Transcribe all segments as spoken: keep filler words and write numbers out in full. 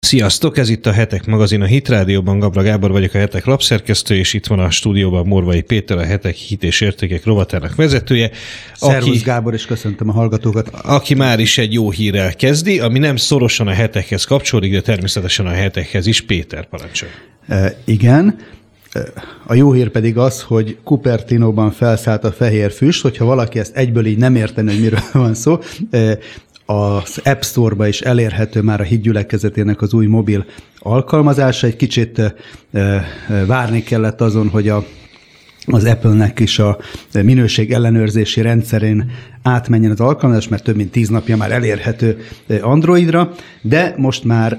Sziasztok, ez itt a Hetek magazin a Hit Rádióban, Gabra Gábor vagyok, a Hetek lapszerkesztő, és itt van a stúdióban Morvai Péter, a Hetek Hit és Értékek rovatának vezetője. Szervusz aki, Gábor, és köszöntöm a hallgatókat. Aki már is egy jó hírrel kezdi, ami nem szorosan a Hetekhez kapcsolódik, de természetesen a Hetekhez is. Péter, parancsolj. E, igen. A jó hír pedig az, hogy Cupertinóban felszállt a fehér füst, hogyha valaki ezt egyből így nem érteni, hogy miről van szó. Az App Store-ba is elérhető már a Hit Gyülekezetének az új mobil alkalmazása. Egy kicsit várni kellett azon, hogy a, az Apple-nek is a minőség ellenőrzési rendszerén átmenjen az alkalmazás, mert több mint tíz napja már elérhető Androidra, de most már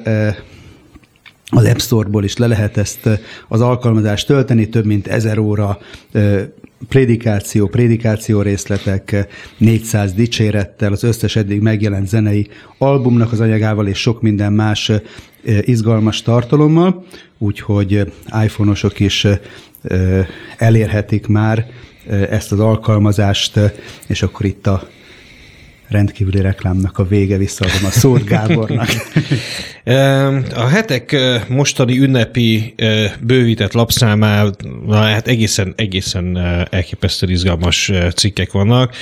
az App Store-ból is le lehet ezt az alkalmazást tölteni, több mint ezer óra prédikáció, prédikáció részletek, négyszáz dicsérettel, az összes eddig megjelent zenei albumnak az anyagával, és sok minden más izgalmas tartalommal, úgyhogy iPhone-osok is elérhetik már ezt az alkalmazást, és akkor itt a rendkívüli reklámnak a vége, visszaadom a szót Gábornak. A Hetek mostani ünnepi bővített lapszámában hát egészen, egészen elképesztő izgalmas cikkek vannak.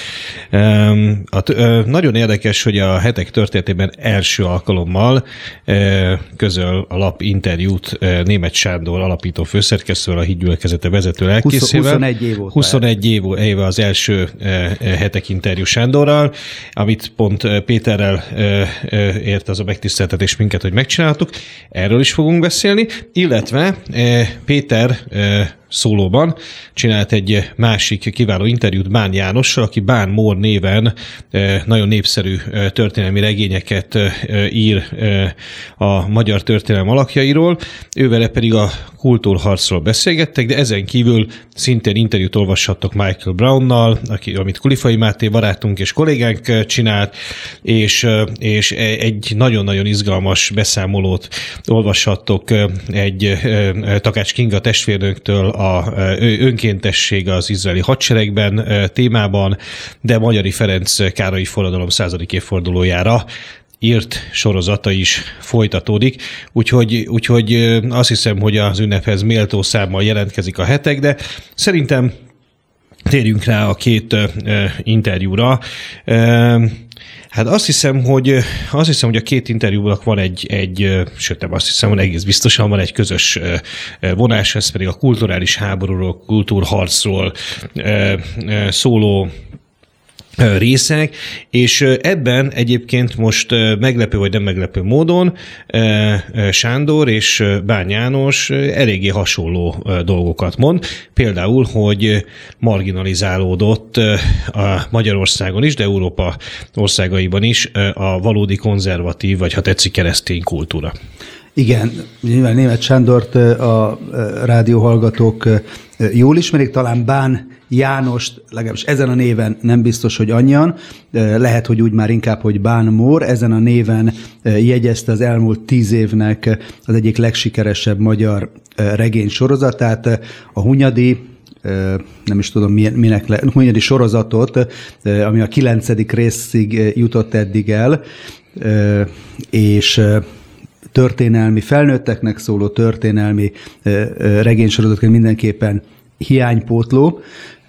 Nagyon érdekes, hogy a Hetek történetében első alkalommal közöl a lap interjút Németh Sándor alapító főszerkesztővel, a Hit Gyülekezete vezető lelkészével. huszonegy év óta. huszonegy év, éve az első Hetek interjú Sándorral, amit pont Péterrel ért az a megtiszteltetés minket, hogy megcsináltuk. Erről is fogunk beszélni, illetve Péter szólóban csinált egy másik kiváló interjút Bán Jánossal, aki Bán Mór néven nagyon népszerű történelmi regényeket ír a magyar történelem alakjairól. Ővele pedig a kultúrharcról beszélgettek, de ezen kívül szintén interjút olvashattok Michael Brownnal, aki, amit Kulifai Máté barátunk és kollégánk csinált, és, és egy nagyon-nagyon izgalmas beszámolót olvashattok egy Takács Kinga testvérnőktől a önkéntesség az izraeli hadseregben témában, de Magyari Ferenc Károlyi forradalom századik évfordulójára írt sorozata is folytatódik, úgyhogy, úgyhogy azt hiszem, hogy az ünnephez méltó számmal jelentkezik a Hetek, de szerintem térjünk rá a két interjúra. Hát azt hiszem, hogy azt hiszem, hogy a két interjúnak van egy, egy sőt nem azt hiszem, hogy egész biztosan van egy közös vonás, ez pedig a kulturális háborúról, kultúrharcról szóló részek, és ebben egyébként most meglepő vagy nem meglepő módon Sándor és Bán János eléggé hasonló dolgokat mond. Például, hogy marginalizálódott a Magyarországon is, de Európa országaiban is a valódi konzervatív, vagy ha tetszik, keresztény kultúra. Igen, nyilván Németh Sándort a rádióhallgatók jól ismerik, talán Bán Jánost, legalábbis ezen a néven nem biztos, hogy annyian, lehet, hogy úgy már inkább, hogy Bán Mór, ezen a néven jegyezte az elmúlt tíz évnek az egyik legsikeresebb magyar regény sorozatát, a Hunyadi, nem is tudom minek le, Hunyadi sorozatot, ami a kilencedik részig jutott eddig el, és történelmi, felnőtteknek szóló történelmi regénysorozatként mindenképpen hiánypótló.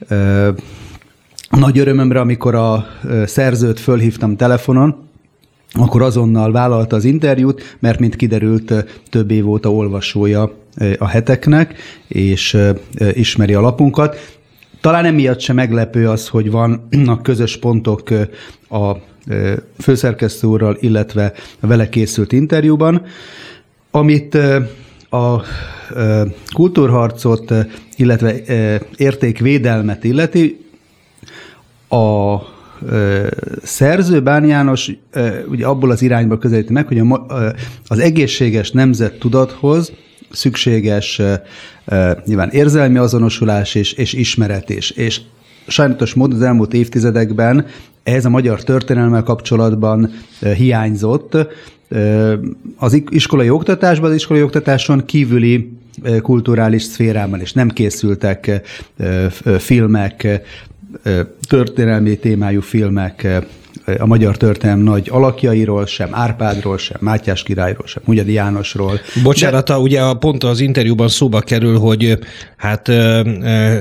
Nagy örömömre, amikor a szerzőt fölhívtam telefonon, akkor azonnal vállalta az interjút, mert mint kiderült, több év óta olvasója a Heteknek, és ismeri a lapunkat. Talán emiatt sem meglepő az, hogy vannak közös pontok a főszerkesztő úrral, illetve a vele készült interjúban, amit a kultúrharcot, illetve értékvédelmet illeti. A szerző, Bán János ugye abból az irányba közelíti meg, hogy az egészséges nemzettudathoz szükséges nyilván érzelmi azonosulás és, és ismeret is. És sajnálatos módon az elmúlt évtizedekben ez a magyar történelemmel kapcsolatban hiányzott. Az iskolai oktatásban, az iskolai oktatáson kívüli kulturális szférában is nem készültek filmek, történelmi témájú filmek a magyar történelem nagy alakjairól, sem Árpádról, sem Mátyás királyról, sem Hunyadi Jánosról. Bocsánat, de... ugye pont az interjúban szóba kerül, hogy hát e, e,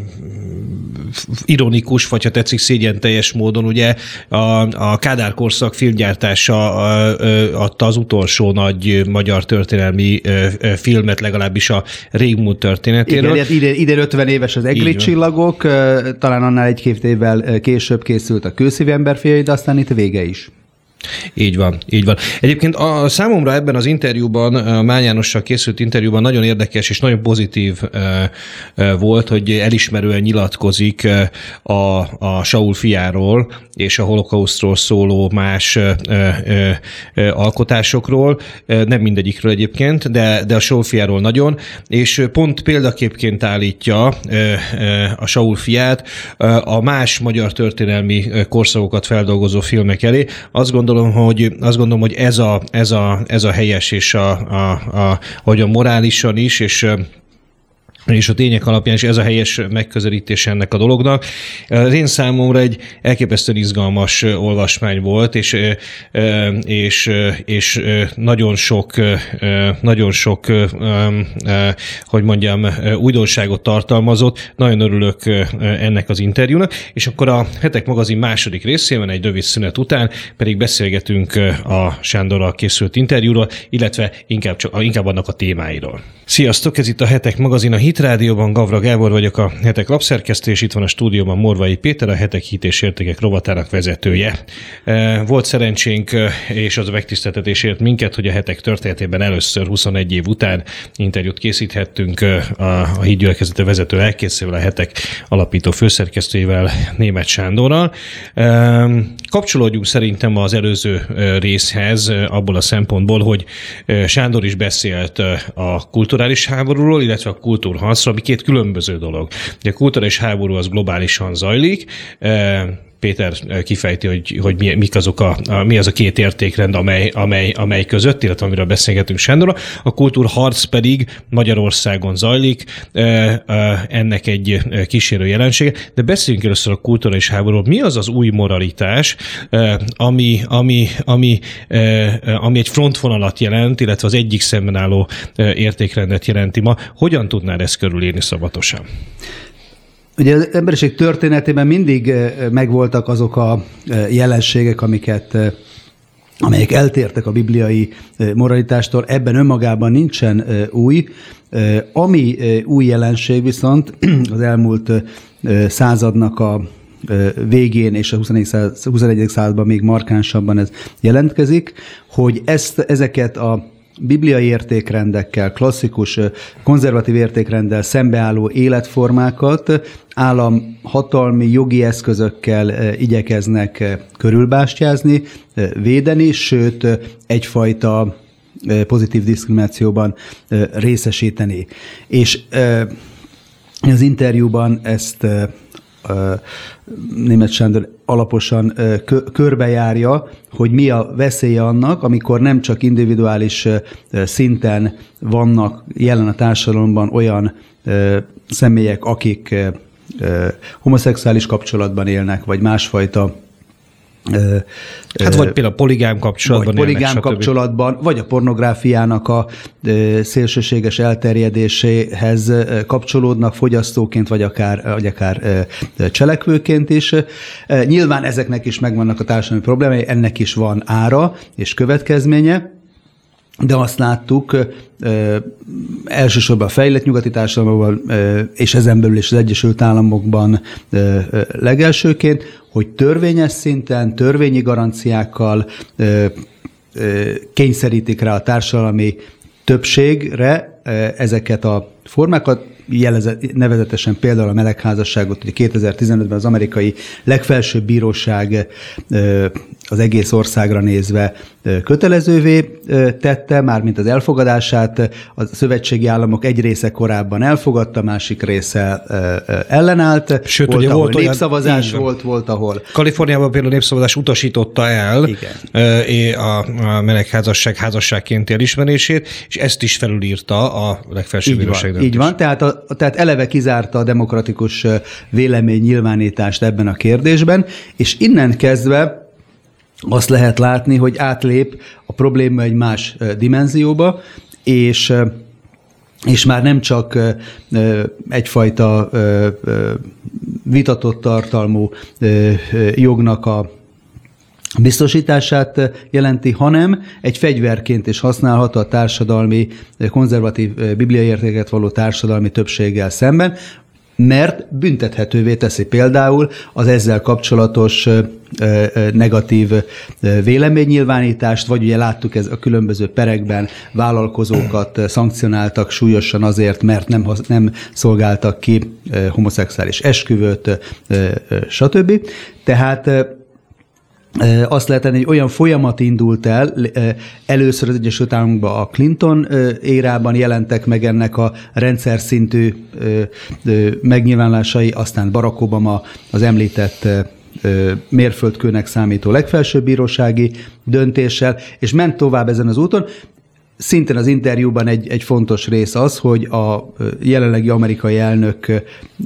ironikus, vagy ha tetszik szégyenteljes módon ugye a, a Kádár korszak filmgyártása adta az utolsó nagy magyar történelmi filmet, legalábbis a régmúlt történetéről. Igen, idén, idén ötven éves az Egri csillagok, talán annál egy-két évvel később készült a Kőszívű emberfiai, de aztán itt vége is. Így van, így van. Egyébként a számomra ebben az interjúban, a Mány Jánossal készült interjúban nagyon érdekes és nagyon pozitív volt, hogy elismerően nyilatkozik a, a Saul fiáról és a holokausztról szóló más alkotásokról, nem mindegyikről egyébként, de, de a Saul fiáról nagyon, és pont példaképként állítja a Saul fiát a más magyar történelmi korszakokat feldolgozó filmek elé. Azt gondolom, hogy, azt gondolom, hogy ez a, ez a, ez a helyes, és a, a, a, hogy a morálisan is, és és a tények alapján is ez a helyes megközelítés ennek a dolognak. Az én számomra egy elképesztően izgalmas olvasmány volt, és, és, és nagyon sok, nagyon sok, hogy mondjam, újdonságot tartalmazott. Nagyon örülök ennek az interjúnak, és akkor a Hetek magazin második részében, egy rövid szünet után pedig beszélgetünk a Sándorral készült interjúról, illetve inkább, csak, inkább annak a témáiról. Sziasztok, ez itt a Hetek magazin, a Hit Rádióban, Gavra Gábor vagyok, a Hetek lapszerkesztő, és itt van a stúdióban Morvai Péter, a Hetek Hit és Értékek rovatának vezetője. Volt szerencsénk, és az a megtiszteltetés ért minket, hogy a Hetek történetében először huszonegy év után interjút készíthettünk a Hídgyülekezete vezető elkészével, a Hetek alapító főszerkesztőjével, Németh Sándorral. Kapcsolódjunk szerintem az előző részhez abból a szempontból, hogy Sándor is beszélt a kulturális háborúról, illetve a kultúrharcról, ami két különböző dolog. A kulturális háború az globálisan zajlik. Péter kifejti, hogy, hogy mi, mik azok a, a, mi az a két értékrend, amely, amely, amely között, illetve amiről beszélgetünk Sándorral. A kultúrharc pedig Magyarországon zajlik, ennek egy kísérő jelensége. De beszéljünk először a kulturális háborúról. Mi az az új moralitás, ami, ami, ami, ami egy frontvonalat jelent, illetve az egyik szemben álló értékrendet jelenti ma? Hogyan tudnád ezt körülírni szabatosan? Ugye az emberiség történetében mindig megvoltak azok a jelenségek, amiket, amelyek eltértek a bibliai moralitástól, ebben önmagában nincsen új. Ami új jelenség viszont az elmúlt századnak a végén és a huszonegyedik században még markánsabban ez jelentkezik, hogy ezt, ezeket a bibliai értékrendekkel, klasszikus, konzervatív értékrenddel szembeálló életformákat államhatalmi jogi eszközökkel igyekeznek körülbástyázni, védeni, sőt egyfajta pozitív diszkriminációban részesíteni. És az interjúban ezt Németh Sándor alaposan körbejárja, hogy mi a veszélye annak, amikor nem csak individuális szinten vannak jelen a társadalomban olyan személyek, akik homoszexuális kapcsolatban élnek, vagy másfajta Hát vagy például poligám kapcsolatban. Vagy poligám élnek, kapcsolatban, vagy a pornográfiának a szélsőséges elterjedéséhez kapcsolódnak fogyasztóként, vagy akár, vagy akár cselekvőként is. Nyilván ezeknek is megvannak a társadalmi problémái, ennek is van ára és következménye, de azt láttuk ö, elsősorban a fejlett nyugati társadalmakban, ö, és ezen belül is az Egyesült Államokban ö, ö, legelsőként, hogy törvényes szinten, törvényi garanciákkal ö, ö, kényszerítik rá a társadalmi többségre ö, ezeket a formákat, jelezett, nevezetesen például a melegházasságot, hogy kétezer-tizenötben az amerikai legfelsőbb bíróság az egész országra nézve kötelezővé tette, mármint az elfogadását. A szövetségi államok egy része korábban elfogadta, másik része ellenállt. Sőt, volt, ugye ahol volt népszavazás olyan, volt, volt, ahol... Kaliforniában például népszavazás utasította el Igen. a, a melegházasság házasságként elismerését, és ezt is felülírta a legfelsőbb bíróság döntés. Így van, tehát, a, tehát eleve kizárta a demokratikus vélemény nyilvánítást ebben a kérdésben, és innen kezdve azt lehet látni, hogy átlép a probléma egy más dimenzióba, és és már nem csak egyfajta vitatott tartalmú jognak a biztosítását jelenti, hanem egy fegyverként is használható a társadalmi, konzervatív bibliaértéket való társadalmi többséggel szemben, mert büntethetővé teszi például az ezzel kapcsolatos negatív véleménynyilvánítást, vagy ugye láttuk ez a különböző perekben vállalkozókat szankcionáltak súlyosan azért, mert nem, nem szolgáltak ki homoszexuális esküvőt, stb. Tehát azt lehet tenni, hogy olyan folyamat indult el, először az Egyesült Államokban a Clinton érában jelentek meg ennek a rendszer szintű megnyilvánulásai, aztán Barack Obama az említett mérföldkőnek számító legfelsőbb bírósági döntéssel, és ment tovább ezen az úton. Szintén az interjúban egy, egy fontos rész az, hogy a jelenlegi amerikai elnök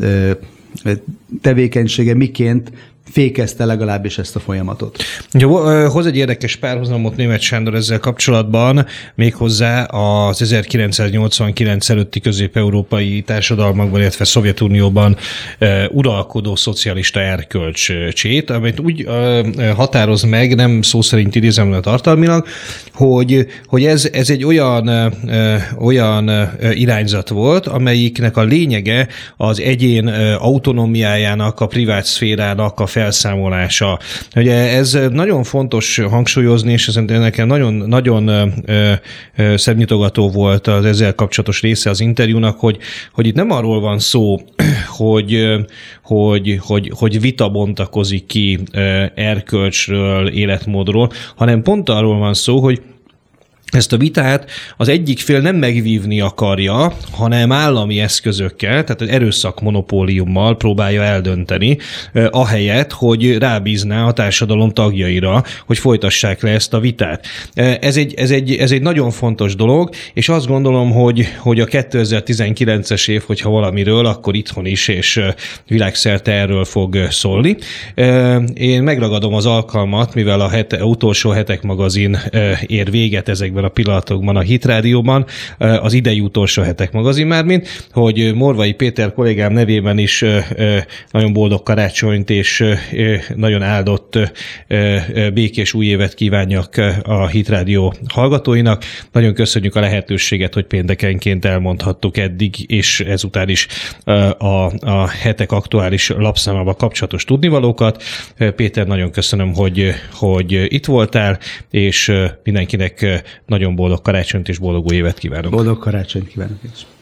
tevékenysége miként fékezte legalábbis ezt a folyamatot. Ugye, hoz egy érdekes párhuzamot Németh Sándor ezzel kapcsolatban, méghozzá az ezerkilencszáznyolcvankilenc előtti közép-európai társadalmakban, illetve Szovjetunióban uralkodó szocialista erkölcsét, amit úgy határoz meg, nem szó szerint idézem le tartalmilag, hogy, hogy ez, ez egy olyan, olyan irányzat volt, amelyiknek a lényege az egyén autonómiájának, a privát szférának a felszámolása. Ugye ez nagyon fontos hangsúlyozni, és szerintem nekem nagyon, nagyon szemnyitogató volt az ezzel kapcsolatos része az interjúnak, hogy, hogy itt nem arról van szó, hogy, hogy, hogy, hogy vita bontakozik ki erkölcsről, életmódról, hanem pont arról van szó, hogy ezt a vitát az egyik fél nem megvívni akarja, hanem állami eszközökkel, tehát az erőszak monopóliummal próbálja eldönteni, ahelyett, hogy rábízná a társadalom tagjaira, hogy folytassák le ezt a vitát. Ez egy, ez egy, ez egy nagyon fontos dolog, és azt gondolom, hogy, hogy a kétezer-tizenkilences év, hogyha valamiről, akkor itthon is, és világszerte erről fog szólni. Én megragadom az alkalmat, mivel a hete, utolsó hetek magazin ér véget ezekben a pillanatokban a Hit Rádióban, az idei utolsó hetek magazin mármint, hogy Morvai Péter kollégám nevében is nagyon boldog karácsonyt és nagyon áldott békés új évet kívánjak a Hit Rádió hallgatóinak. Nagyon köszönjük a lehetőséget, hogy péntekenként elmondhattuk eddig, és ezután is a, a hetek aktuális lapszámával kapcsolatos tudnivalókat. Péter, nagyon köszönöm, hogy, hogy itt voltál, és mindenkinek nagyon boldog karácsonyt és boldog új évet kívánok. Boldog karácsonyt kívánok is.